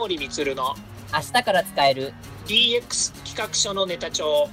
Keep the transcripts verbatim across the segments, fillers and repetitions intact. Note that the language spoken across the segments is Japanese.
森充の明日から使えるディーエックス 企画書のネタ帳。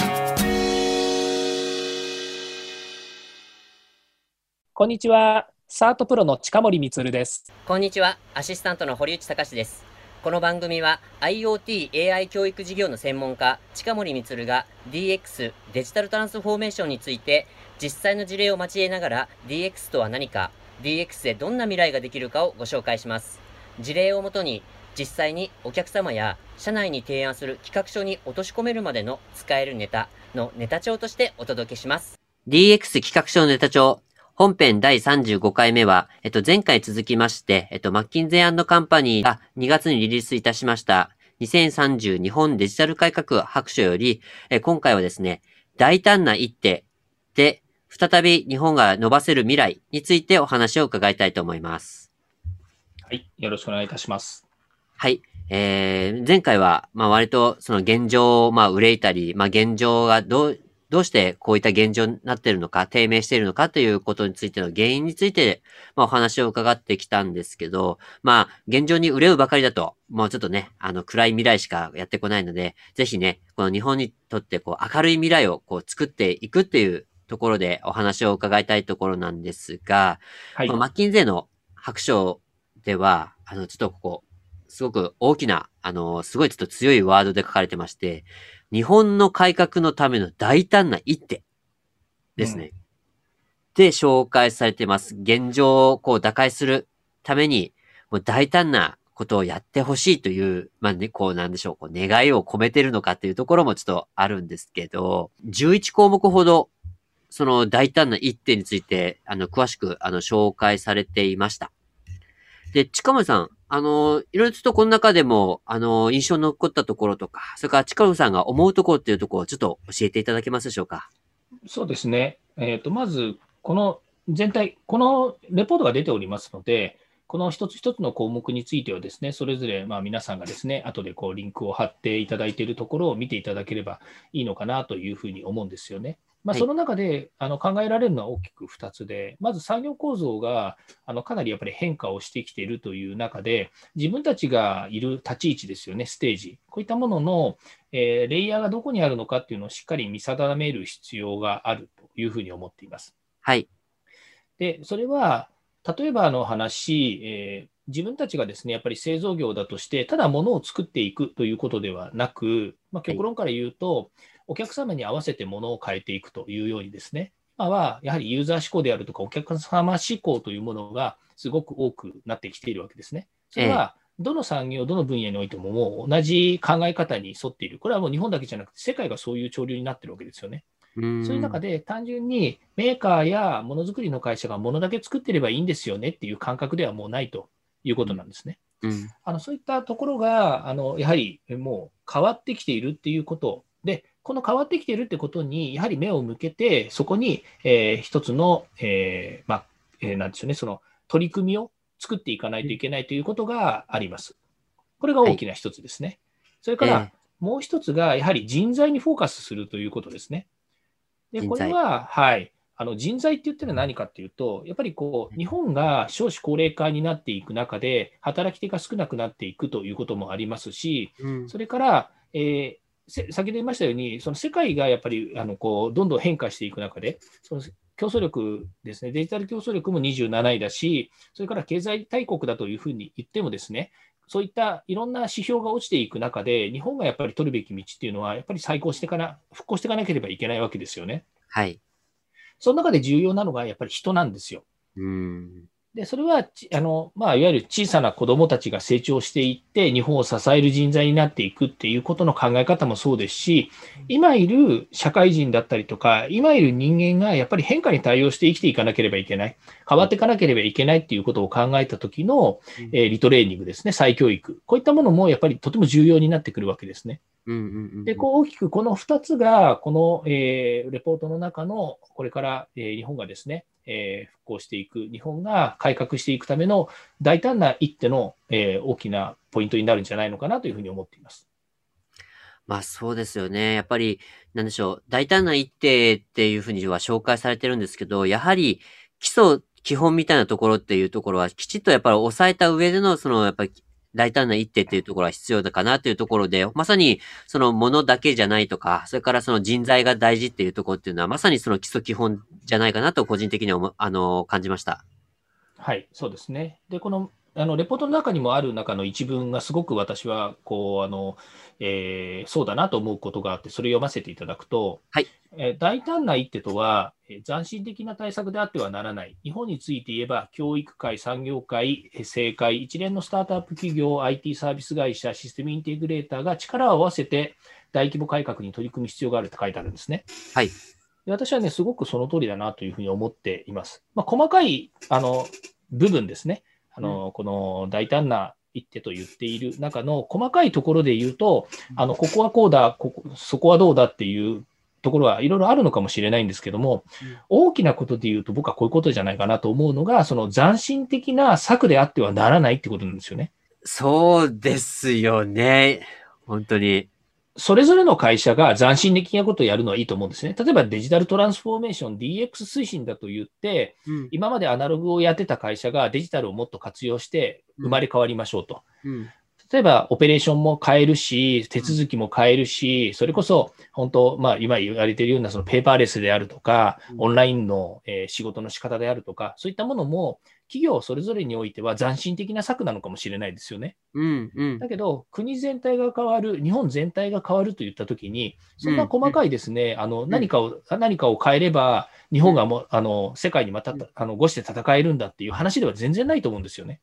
こんにちは、サートプロの近森充です。 こんにちは、アシスタントの堀内隆です。この番組は IoT、エーアイ 教育事業の専門家、近森充が ディーエックス、デジタルトランスフォーメーションについて実際の事例を交えながら ディーエックス とは何か、ディーエックス でどんな未来ができるかをご紹介します。事例をもとに実際にお客様や社内に提案する企画書に落とし込めるまでの使えるネタのネタ帳としてお届けします。ディーエックス 企画書のネタ帳。本編だいさんじゅうごかいめは、えっと、前回続きまして、えっと、マッキンゼー&カンパニーがにがつにリリースいたしました、にせんさんじゅう日本デジタル改革白書より、え今回はですね、大胆な一手で、再び日本が伸ばせる未来についてお話を伺いたいと思います。 はい、よろしくお願いいたします。 はい。えー、前回は、まあ割とその現状をまあ憂いたり、まあ現状がどう、どうしてこういった現状になっているのか、低迷しているのかということについての原因について、まあお話を伺ってきたんですけど、まあ現状に憂うばかりだと、もうちょっとね、あの暗い未来しかやってこないので、ぜひね、この日本にとってこう明るい未来をこう作っていくっていうところでお話を伺いたいところなんですが、 はい、 このマッキンゼーの白書では、あの、ちょっとここ、すごく大きな、あの、すごいちょっと強いワードで書かれてまして、日本の改革のための大胆な一手ですね。うん、で、紹介されてます。現状をこう打開するために、もう大胆なことをやってほしいという、まあね、こうなんでしょう、こう願いを込めてるのかっていうところもちょっとあるんですけど、じゅういちこうもくほど、その大胆な一手について、あの、詳しく、あの、紹介されていました。で、近森さん、あの、いろいろちょっとこの中でも、あの、印象に残ったところとか、それから近森さんが思うところっていうところをちょっと教えていただけますでしょうか。 そうですね。えっと、まず、この全体、このレポートが出ておりますので、この一つ一つの項目についてはですね、それぞれまあ皆さんがですね、後でこうリンクを貼っていただいているところを見ていただければいいのかなというふうに思うんですよね。まあ、 はい。 その中であの考えられるのは大きくふたつで、まず産業構造があのかなりやっぱり変化をしてきているという中で、自分たちがいる立ち位置ですよね、ステージ、こういったものの、えーレイヤーがどこにあるのかっていうのをしっかり見定める必要があるというふうに思っています。 はい。 で、それは、例えばの話、えー自分たちがですね、やっぱり製造業だとして、ただ物を作っていくということではなく、まあ、 はい。 極論から言うと、お客様に合わせて物を変えていくというようにですね、今はやはりユーザー志向であるとか、お客様志向というものがすごく多くなってきているわけですね。そええ。 れは、どの産業、どの分野においてももう同じ考え方に沿っている。これはもう日本だけじゃなくて、世界がそういう潮流になっているわけですよね。 うーん。 そういう中で単純にメーカーやものづくりの会社がものだけ作ってればいいんですよねっていう感覚ではもうないということなんですね。 うん。 あのそういったところがあのやはりもう変わってきているっていうことで、この変わってきているってことにやはり目を向けて、そこに、えー一つの、えーまあえーなんでしょうね、その取り組みを作っていかないといけないということがあります。これがはい。 大きな一つですね。それからええ。 もう一つがやはり人材にフォーカスするということですね。で、 人材。 これは、はい、あの人材って言ってるのは何かっていうと、やっぱりこう日本が少子高齢化になっていく中で、働き手が少なくなっていくということもありますし、 うん。 それから、えーせ先ほど言いましたように、その世界がやっぱりあのこうどんどん変化していく中で、その競争力ですね、デジタル競争力もにじゅうなないだし、それから経済大国だというふうに言ってもですね、そういったいろんな指標が落ちていく中で、日本がやっぱり取るべき道っていうのは、やっぱり再興してから、復興していかなければいけないわけですよね。 はい。 その中で重要なのがやっぱり人なんですよ。 うーん。 で、それは、ちあの、まあ、いわゆる小さな子供たちが成長していって、日本を支える人材になっていくっていうことの考え方もそうですし、今いる社会人だったりとか、今いる人間がやっぱり変化に対応して生きていかなければいけない、変わっていかなければいけないっていうことを考えた時の、 うん。 えーリトレーニングですね、再教育。こういったものもやっぱりとても重要になってくるわけですね。 うん。うん。 で、 うん。 こう大きくこのふたつが、この、えーレポートの中の、これから、えー日本がですね、えー復興していく、日本が改革していくための大胆な一手の、えー大きなポイントになるんじゃないのかなというふうに思っています。 まあそうですよね。やっぱり、なんでしょう。大胆な一手っていうふうには紹介されてるんですけど、やはり基礎、基本みたいなところっていうところはきちっとやっぱり抑えた上での、その、やっぱり大胆な一手っていうところは必要だかなというところで、まさにそのものだけじゃないとか、それからその人材が大事っていうところっていうのは、まさにその基礎基本じゃないかなと個人的には思あの、感じました。 はい、そうですね。で、この、あのレポートの中にもある中の一文がすごく私はこうあの、えーそうだなと思うことがあって、それを読ませていただくと、 はい。 えー大胆な一手とは、えー斬新的な対策であってはならない。日本について言えば、教育界、産業界、えー政界、一連のスタートアップ企業、アイティー サービス会社、システムインテグレーターが力を合わせて大規模改革に取り組む必要があると書いてあるんですね。 はい。 で私はね、すごくその通りだなというふうに思っています。まあ、細かいあの部分ですね。あうん。 のこの大胆な一手と言っている中の細かいところで言うと、あのここはこうだここ、そこはどうだっていうところはいろいろあるのかもしれないんですけども、 うん。 大きなことで言うと、僕はこういうことじゃないかなと思うのが、その斬新的な策であってはならないってことなんですよね。 そうですよね。本当に。 それぞれの会社が斬新的なことをやるのはいいと思うんですね。例えばデジタルトランスフォーメーション、ディーエックス 推進だと言って、 うん。 今までアナログをやってた会社がデジタルをもっと活用してうん。 生まれ変わりましょうと。 うん。 例えば、オペレーションも変えるし、手うん。 続きも変えるし、それこそ、本当、まあ、今言われているようなそのペーパーレスであるとか、 うん。 オンラインの、えー仕事の仕方であるとか、そういったものも、企業それぞれにおいては斬新的な策なのかもしれないですよね。 うん。うん。 だけど、国全体が変わる、日本全体が変わるといったときに、そんなうん。うん。 細かいですね、あのうん。 何かを何かを変えれば、日うん。 本がもうあの世界にまたうん。 あのごして戦えるんだっていう話では全然ないと思うんですよね。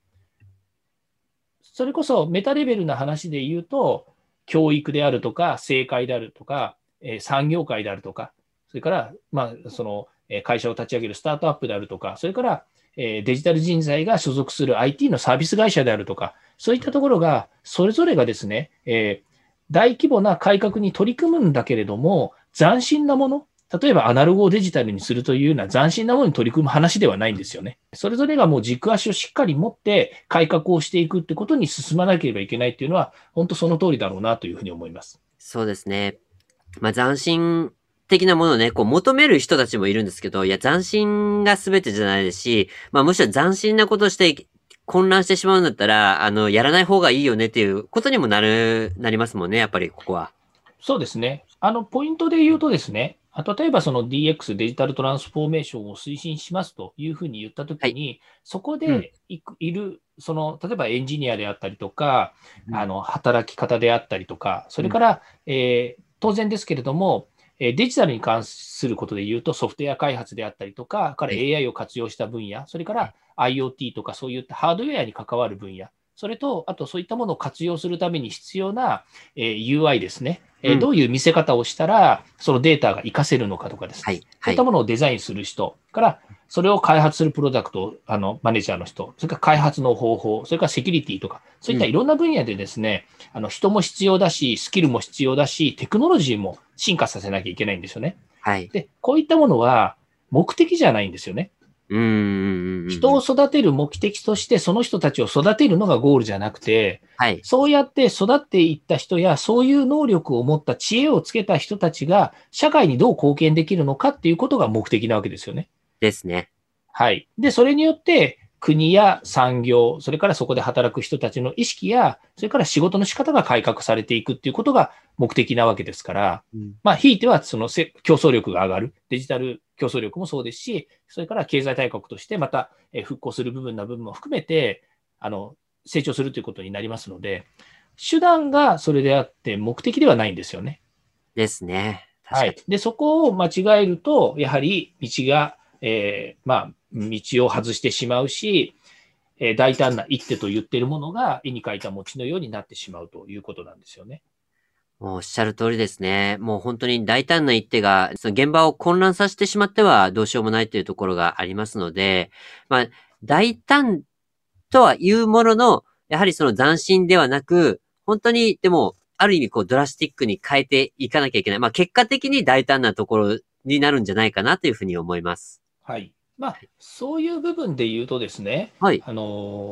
それこそメタレベルな話で言うと、教育であるとか、政界であるとか、えー産業界であるとか、それから、まあ、そのえー会社を立ち上げるスタートアップであるとか、それから、えーデジタル人材が所属する アイティー のサービス会社であるとか、そういったところが、それぞれがですね、えー大規模な改革に取り組むんだけれども、斬新なもの、例えばアナログをデジタルにするというような斬新なものに取り組む話ではないんですよね。それぞれがもう軸足をしっかり持って改革をしていくってことに進まなければいけないっていうのは、本当その通りだろうなというふうに思います。 そうですね。まあ、斬新的なものをね、こう求める人たちもいるんですけど、いや、斬新が全てじゃないですし、まあ、むしろ斬新なことをして混乱してしまうんだったら、あの、やらない方がいいよねっていうことにもなる、なりますもんね、やっぱりここは。 そうですね。あの、ポイントで言うとですね、例えばその ディーエックス、デジタルトランスフォーメーションを推進しますというふうに言ったとはい。 きに、そこうん。 でいくいる、その、例えばエンジニアであったりとか、 うん。 あの、働き方であったりとか、そうん。 れから、えー当然ですけれども、えーデジタルに関することで言うと、ソフトウェア開発であったりとか、からはい。 エーアイ を活用した分野、それから IoT とかそういったハードウェアに関わる分野、それと、あとそういったものを活用するために必要な、えー ユーアイ ですね。 うん。 えーどういう見せ方をしたら、そのデータが活かせるのかとかですね。 はい。はい。 そういったものをデザインする人から、それを開発するプロダクト、あの、マネージャーの人、それから開発の方法、それからセキュリティとか、そういっうん。 たいろんな分野でですね、あの、人も必要だし、スキルも必要だし、テクノロジーも進化させなきゃいけないんですよね。 はい。 で、こういったものは目的じゃないんですよね。 うーん。うんうん人をうん。 育てる目的として、その人たちを育てるのがゴールじゃなくて、 はい。 そうやって育っていった人や、そういう能力を持った知恵をつけた人たちが、社会にどう貢献できるのかっていうことが目的なわけですよね。 ですね。 はい。で、それによって、国や産業、それからそこで働く人たちの意識や、それから仕事の仕方が改革されていくっていうことが目的なわけですから、 うん。 まあ、ひいてはそのせ競争力が上がる、デジタル競争力もそうですし、それから経済大国としてまたえー復興する部分な部分も含めて、あの、成長するということになりますので、手段がそれであって目的ではないんですよね。 ですね。確かに。 はい。で、そこを間違えると、やはり道が、えーまあ、道を外してしまうし、えー大胆な一手と言っているものが絵に描いた餅のようになってしまうということなんですよね。 もうおっしゃる通りですね。もう本当に大胆な一手が、その現場を混乱させてしまってはどうしようもないというところがありますので、まあ、大胆とは言うものの、やはりその斬新ではなく、本当に、でも、ある意味こうドラスティックに変えていかなきゃいけない。まあ結果的に大胆なところになるんじゃないかなというふうに思います。 はい。まあ、そういう部分で言うとですね、 はい。 あの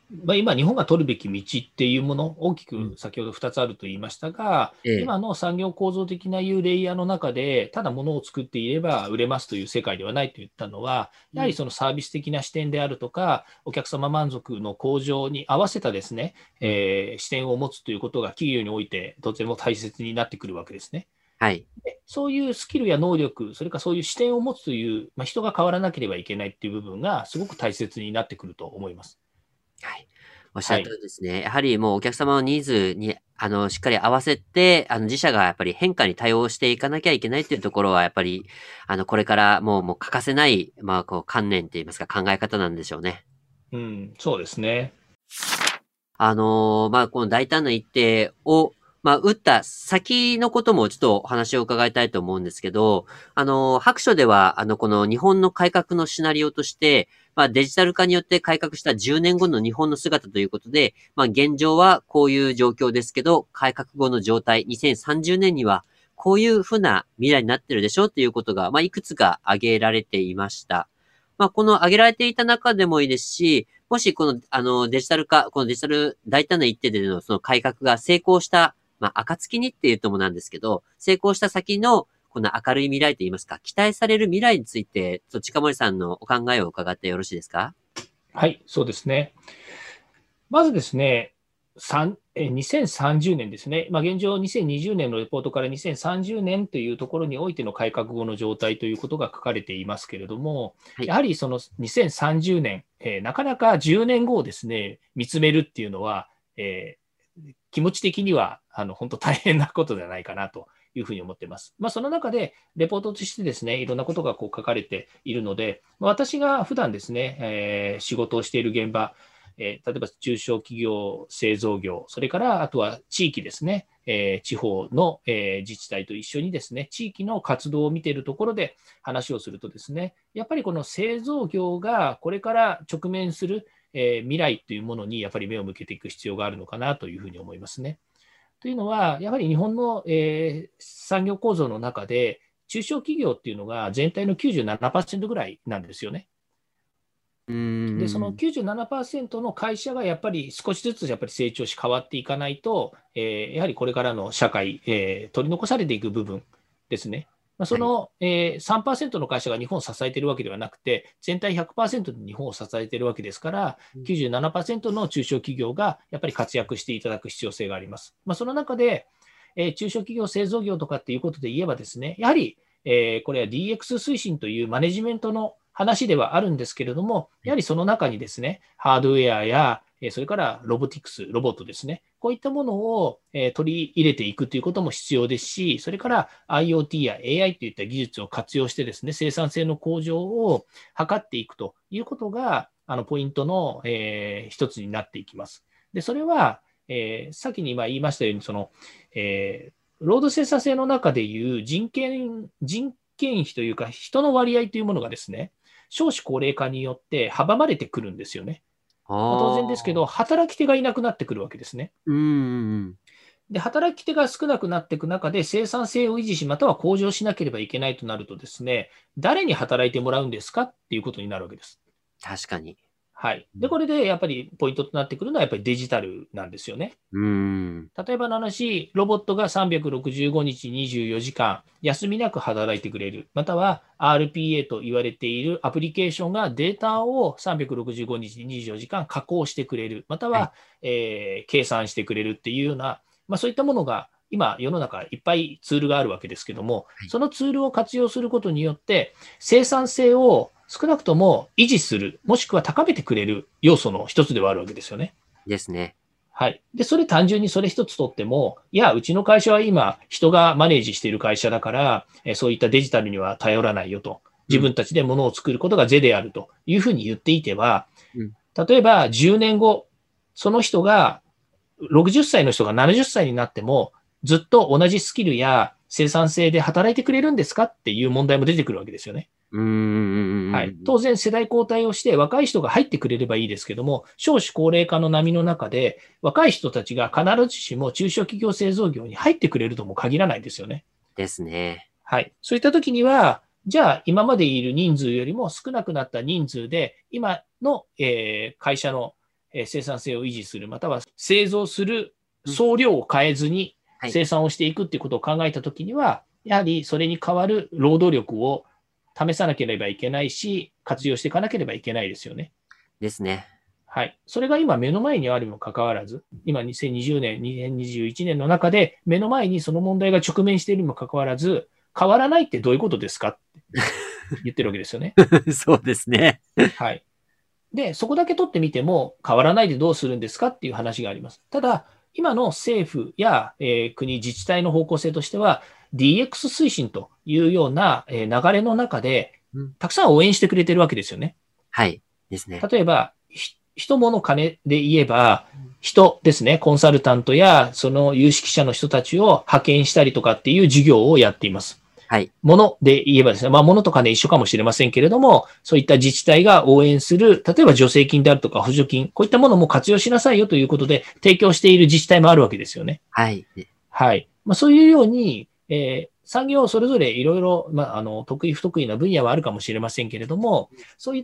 まあ、今、日本が取るべき道っていうもの、大きくうん。 先ほどふたつあると言いましたが、 ええ。 今の産業構造的ないうレイヤーの中で、ただ物を作っていれば売れますという世界ではないと言ったのは、 うん。 やはりそのサービス的な視点であるとか、お客様満足の向上に合わせたですね、 うん。 えー視点を持つということが企業においてとても大切になってくるわけですね。 はい。 でそういうスキルや能力、それからそういう視点を持つという、まあ、人が変わらなければいけないっていう部分がすごく大切になってくると思います。 はい。おっしゃる通はい。 りですね。やはりもうお客様のニーズに、あの、しっかり合わせて、あの、自社がやっぱり変化に対応していかなきゃいけないっていうところは、やっぱり、あの、これからもう、もう欠かせない、まあ、こう、観念って言いますか、考え方なんでしょうね。 うん、そうですね。 あの、まあ、この大胆な一手を、まあ、打った先のこともちょっとお話を伺いたいと思うんですけど、あの、白書では、あの、この日本の改革のシナリオとして、まあ、デジタル化によって改革したじゅうねんごの日本の姿ということで、まあ、現状はこういう状況ですけど、改革後の状態、にせんさんじゅうねんにはこういうふうな未来になってるでしょうということが、まあ、いくつか挙げられていました。まあ、この挙げられていた中でもいいですし、もしこの、あの、デジタル化、このデジタル大胆な一手でのその改革が成功した、まあ、暁にっていうともなんですけど、成功した先の、この明るい未来といいますか、期待される未来について、ちょっと近森さんのお考えを伺ってよろしいですか？ はい、そうですね。まずですね、さんえにせんさんじゅうねんですね、まあ、現状、にせんにじゅうねんのレポートからにせんさんじゅうねんというところにおいての改革後の状態ということが書かれていますけれども、 はい。 やはりそのにせんさんじゅうねん、えーなかなかじゅうねんごをですね見つめるっていうのは、えー気持ち的にはあの本当大変なことではないかなというふうに思っています。まあ、その中で、レポートとしてですね、いろんなことがこう書かれているので、まあ私が普段ですね、えー仕事をしている現場、えー例えば中小企業、製造業、それからあとは地域ですね、えー地方の、えー自治体と一緒にですね、地域の活動を見ているところで話をするとですね、やっぱりこの製造業がこれから直面する、えー未来というものにやっぱり目を向けていく必要があるのかなというふうに思いますね。というのは、やはり日本の、えー産業構造の中で、中小企業っていうのが全体のきゅうじゅうななパーセントぐらいなんですよね。 うーで、そのん。 きゅうじゅうななパーセントの会社がやっぱり少しずつやっぱり成長し変わっていかないと、えーやはりこれからの社会、えー取り残されていく部分ですね。まあ、そはい。 の、えー、さんパーセントの会社が日本を支えているわけではなくて、全体ひゃくパーセントで日本を支えているわけですから、 うん。 きゅうじゅうななパーセントの中小企業がやっぱり活躍していただく必要性があります。まあ、その中で、えー中小企業、製造業とかっていうことで言えばですね、やはり、えーこれは ディーエックス 推進というマネジメントの話ではあるんですけれども、 はい。 やはりその中にですね、ハードウェアや、えーそれからロボティクス、ロボットですね、こういったものを、えー取り入れていくということも必要ですし、それから IoT や エーアイ といった技術を活用してですね、生産性の向上を図っていくということが、あのポイントの、えー一つになっていきます。で、それは、えー先に今言いましたように、その、えー労働生産性の中でいう人件、人件費というか、人の割合というものがですね、少子高齢化によって阻まれてくるんですよね。まあ、当然ですけど、 ああ。 働き手がいなくなってくるわけですね。 うんうんうん。 で、働き手が少なくなっていく中で、生産性を維持し、または向上しなければいけないとなるとですね、誰に働いてもらうんですかっていうことになるわけです。 確かに。 はい。で、 うん。 これでやっぱりポイントとなってくるのはやっぱりデジタルなんですよね。 うーん。 例えばの話、ロボットがさんびゃくろくじゅうごにちにじゅうよじかん休みなく働いてくれる。または アールピーエー と言われているアプリケーションがデータをさんびゃくろくじゅうごにちにじゅうよじかん加工してくれる。またはい。 は、えー計算してくれるっていうような、まあ、そういったものが今世の中いっぱいツールがあるわけですけども、 はい。 そのツールを活用することによって生産性を少なくとも維持する、もしくは高めてくれる要素の一つではあるわけですよね。 ですね。 はい。で、それ単純にそれ一つとっても、いや、うちの会社は今、人がマネージしている会社だから、えそういったデジタルには頼らないよと。 うん。 自分たちで物を作ることが是であるというふうに言っていては、 うん。 例えばじゅうねんご、その人が、ろくじゅっさいの人がななじゅっさいになっても、ずっと同じスキルや生産性で働いてくれるんですかっていう問題も出てくるわけですよね。 うんうんうんはい、 うんうん。 当然、世代交代をして若い人が入ってくれればいいですけども、少子高齢化の波の中で、若い人たちが必ずしも中小企業製造業に入ってくれるとも限らないですよね。 ですね。 はい、そういった時には、じゃあ、今までいる人数よりも少なくなった人数で、今の、えー会社のえー生産性を維持する、または製造する総量を変えずにはい。 生産をしていくっていうことを考えたときには、やはりそれに代わる労働力を試さなければいけないし、活用していかなければいけないですよね。 ですね。 はい。それが今目の前にあるにもかかわらず、今にせんにじゅうねん、にせんにじゅういちねんの中で目の前にその問題が直面しているにもかかわらず、変わらないってどういうことですかって言ってるわけですよね。 そうですね。 はい。で、そこだけ取ってみても、変わらないでどうするんですかっていう話があります。ただ、今の政府や、えー国、自治体の方向性としては、ディーエックス 推進というような、えー流れの中で、 うん、 たくさん応援してくれてるわけですよね。 はい。ですね。 例えば、ひ人物金で言えば、人ですね、コンサルタントやその有識者の人たちを派遣したりとかっていう事業をやっています。 はい。 物で言えばですね、まあ物と金一緒かもしれませんけれども、そういった自治体が応援する、例えば助成金であるとか補助金、こういったものも活用しなさいよということで提供している自治体もあるわけですよね。 はい。 はい。まあそういうように、えー産業それぞれいろいろ、まあ、あの、得意不得意な分野はあるかもしれませんけれども、そういった、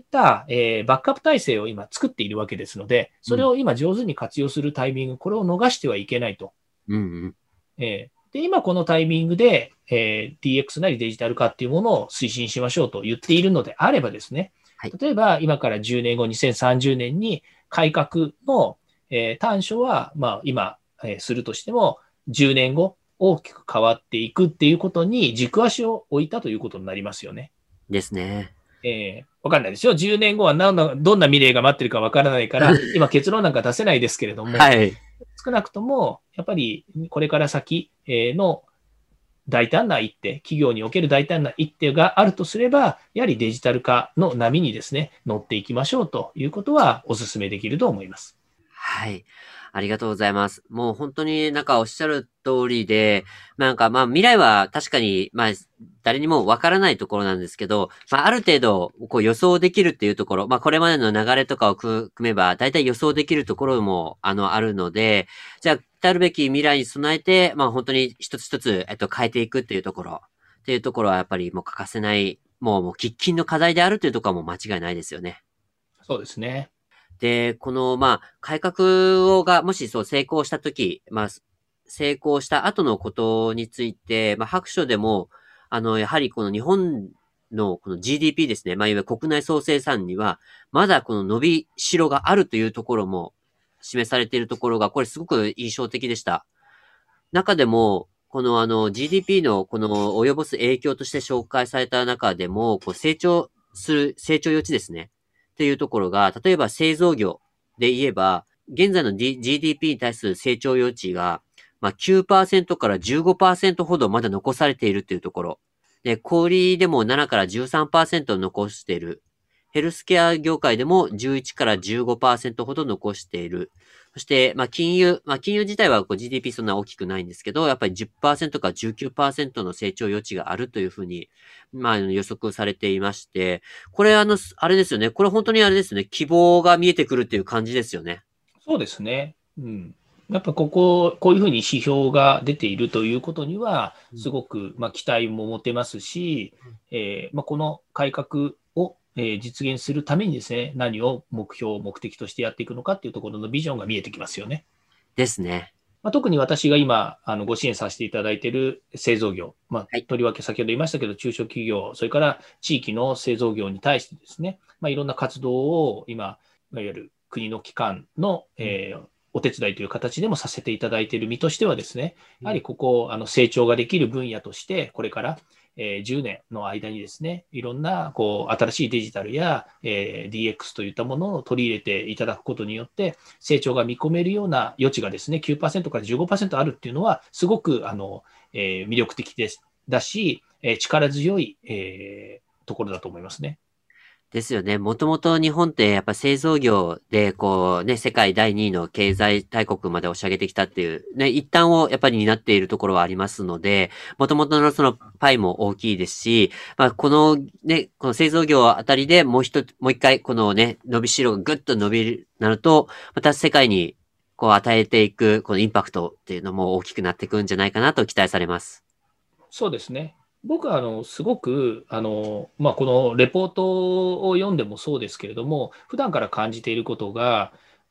えーバックアップ体制を今作っているわけですので、それを今上手に活用するタイミング、これを逃してはいけないと。 うんうん。 えーで、今このタイミングで、えー ディーエックス なりデジタル化っていうものを推進しましょうと言っているのであればですね、 はい。 例えば今からじゅうねんご、にせんさんじゅうねんに改革の、えー短所は、まあ今、えーするとしても、じゅうねんご大きく変わっていくっていうことに軸足を置いたということになりますよね。 ですね。 えーわかんないですよ。じゅうねんごは何のどんな未来が待ってるかわからないから、今結論なんか出せないですけれども、 はい。 少なくとも、やっぱりこれから先の大胆な一手、企業における大胆な一手があるとすれば、やはりデジタル化の波にですね、乗っていきましょうということはお勧めできると思います。 はい。ありがとうございます。もう本当になんかおっしゃる通りで、なんかまあ未来は確かにまあ誰にもわからないところなんですけど、まあある程度こう予想できるっていうところ、まあこれまでの流れとかを組めば大体予想できるところもあのあるので、じゃあ来るべき未来に備えて、まあ本当に一つ一つえっと変えていくっていうところっていうところはやっぱりもう欠かせない、もうもう喫緊の課題であるというところはもう間違いないですよね。 そうですね。 で、この、まあ、改革をが、もしそう成功したとき、まあ、成功した後のことについて、まあ、白書でも、あの、やはりこの日本のこの ジーディーピー ですね。まあ、いわゆる国内総生産には、まだこの伸びしろがあるというところも示されているところが、これすごく印象的でした。中でも、このあの ジーディーピー のこの及ぼす影響として紹介された中でも、こう成長する、成長余地ですね。っていうところが、例えば製造業で言えば、現在の、D、ジーディーピー に対する成長余地が、まあ、きゅうパーセントからじゅうごパーセントほどまだ残されているっていうところ。で、小売でもななからじゅうさんパーセント残している。ヘルスケア業界でもじゅういちからじゅうごパーセントほど残している。そして、まあ、金融、まあ、金融自体はこう ジーディーピー そんな大きくないんですけど、やっぱりじゅっパーセントからじゅうきゅうパーセントの成長余地があるというふうに、まあ、予測されていまして、これあの、あれですよね。これ本当にあれですね。希望が見えてくるっていう感じですよね。 そうですね。うん。やっぱここ、こういうふうに指標が出ているということには、 うん、 すごく、まあ、期待も持てますし、えーまあ、この改革を、えー実現するためにですね、何を目標、目的としてやっていくのかっていうところのビジョンが見えてきますよね。 ですね。 まあ、特に私が今、あのご支援させていただいている製造業、まあ、 はい。 とりわけ先ほど言いましたけど、中小企業、それから地域の製造業に対してですね、まあ、いろんな活動を今、いわゆる国の機関の、 うん、 えーお手伝いという形でもさせていただいている身としてはですね、 うん、 やはりここ、あの成長ができる分野として、これからえーじゅうねんの間にですね、いろんなこう新しいデジタルや、えー ディーエックス といったものを取り入れていただくことによって、成長が見込めるような余地がですね、きゅうパーセントからじゅうごパーセントあるっていうのは、すごくあの、えー魅力的ですだし、えー力強い、えーところだと思いますね。 ですよね。もともと日本ってやっぱ製造業でこうね、世界だいにいの経済大国まで押し上げてきたっていうね、一端をやっぱり担っているところはありますので、もともとのそのパイも大きいですし、まあこのね、この製造業あたりでもう一つ、もう一回このね、伸びしろがぐっと伸びる、なると、また世界にこう与えていくこのインパクトっていうのも大きくなっていくんじゃないかなと期待されます。 そうですね。僕はあのすごくあの、まあ、このレポートを読んでもそうですけれども、普段から感じていることが、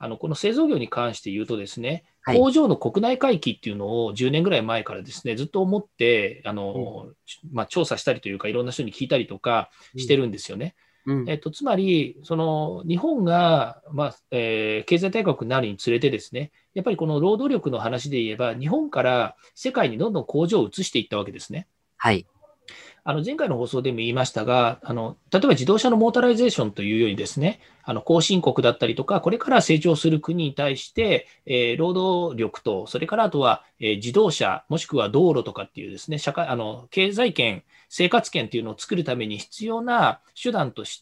あのこの製造業に関して言うとですね、 はい。 工場の国内回帰っていうのをじゅうねんぐらい前からですね、ずっと思って、あうん。 の、まあ、調査したりというか、いろんな人に聞いたりとかうん。 してるんですよね。 うん。 えっと、つまり、その日本が、まあえー経済大国になるにつれてですね、やっぱりこの労働力の話で言えば、日本から世界にどんどん工場を移していったわけですね。 はい。 あの前回の放送でも言いましたが、あの例えば自動車のモータライゼーションというようにですね、あの後進国だったりとか、これから成長する国に対して、えー労働力と、それからあとは、えー自動車、もしくは道路とかっていうですね、社会あの経済圏、生活圏っていうのを作るために必要な手段として、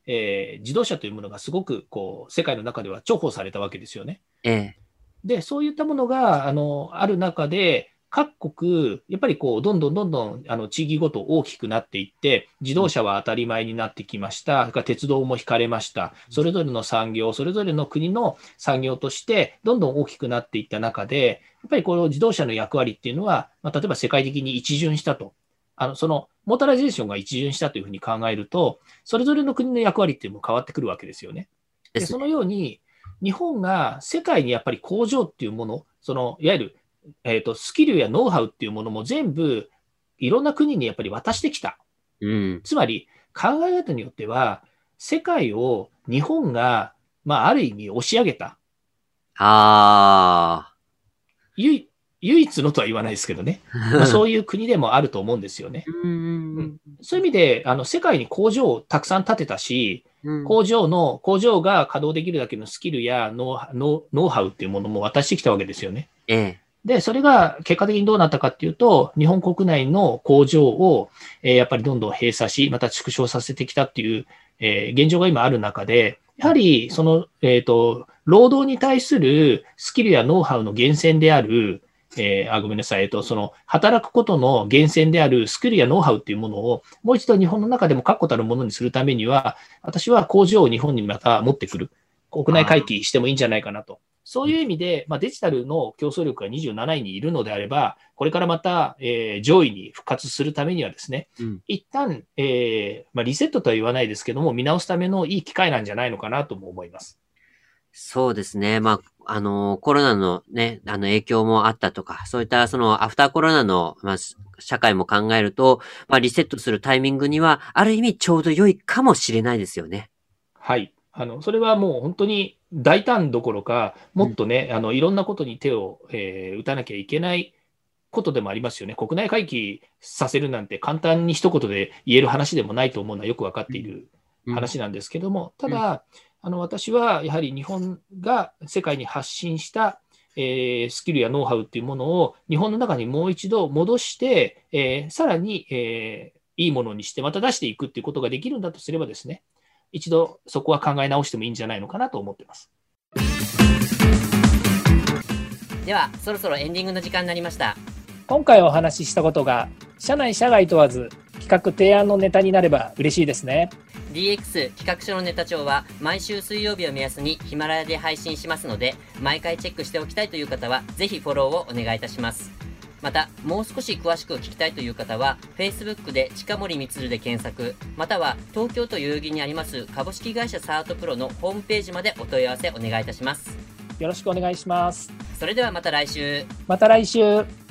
えー自動車というものがすごくこう世界の中では重宝されたわけですよね。 ええ。 で、そういったものが、あの、ある中で、各国、やっぱりこう、どんどんどんどん、あの、地域ごと大きくなっていって、自うん。 動車は当たり前になってきました。それから鉄道も引かれました。それぞれの産業、それぞれの国の産業として、どんどん大きくなっていった中で、やっぱりこの自動車の役割っていうのは、まあ、例えば世界的に一巡したと。あの、その、モータライゼーションが一巡したというふうに考えると、それぞれの国の役割っていうのも変わってくるわけですよね。で、 ですね。 そのように、日本が世界にやっぱり工場っていうもの、そのいわゆる、えーと、スキルやノウハウっていうものも全部いろんな国にやっぱり渡してきた。 うん。 つまり考え方によっては、世界を日本が、まあ、ある意味押し上げた。 あ唯唯一のとは言わないですけどね。まあ、 あ。 そういう国でもあると思うんですよね。 うん。 うん、 うん。 そういう意味で、あの世界に工場をたくさん建てたし、 うん。 工場の、工場が稼働できるだけのスキルやノウノウノウハウっていうものも渡してきたわけですよね。 ええ。 で、それが結果的にどうなったかっていうと、日本国内の工場を、えーやっぱりどんどん閉鎖し、また縮小させてきたっていう、えー現状が今ある中で、やはりその、えっと、労働に対するスキルやノウハウの源泉である、えーあ、ごめんなさい、えっと、その働くことの源泉であるスキルやノウハウっていうものを、もう一度日本の中でも確固たるものにするためには、私は工場を日本にまた持ってくる、国内ああ。 回帰してもいいんじゃないかなと。そういう意味で、まあ、デジタルの競争力がにじゅうなないにいるのであれば、これからまた、えー上位に復活するためにはですね、 うん。 一旦、えーまあ、リセットとは言わないですけども、見直すためのいい機会なんじゃないのかなとも思います。 そうですね。まあ、あの、コロナのね、あの影響もあったとか、そういったそのアフターコロナの、まあ、し社会も考えると、まあ、リセットするタイミングには、ある意味ちょうど良いかもしれないですよね。 はい。あの、それはもう本当に大胆どころか、 うん。 もっとね、あの、いろんなことに手を、えー打たなきゃいけないことでもありますよね。国内回帰させるなんて簡単に一言で言える話でもないと思うのはよく分かっうん。 ているうん。 話なんですけども、たうん。 だ、あの私はやはり日本が世界に発信した、えースキルやノウハウっていうものを日本の中にもう一度戻して、えーさらに、えーいいものにしてまた出していくっていうことができるんだとすればですね、一度そこは考え直してもいいんじゃないのかなと思っています。 では、そろそろエンディングの時間になりました。 今回お話ししたことが社内社外問わず企画提案のネタになれば嬉しいですね。 ディーエックス 企画書のネタ帳は毎週水曜日を目安にヒマラヤで配信しますので、毎回チェックしておきたいという方はぜひフォローをお願いいたします。また、もう少し詳しく聞きたいという方は Facebook で近森光で検索、または東京都代々木にあります株式会社サートプロのホームページまでお問い合わせお願いいたします。 よろしくお願いします。 それではまた来週。 また来週。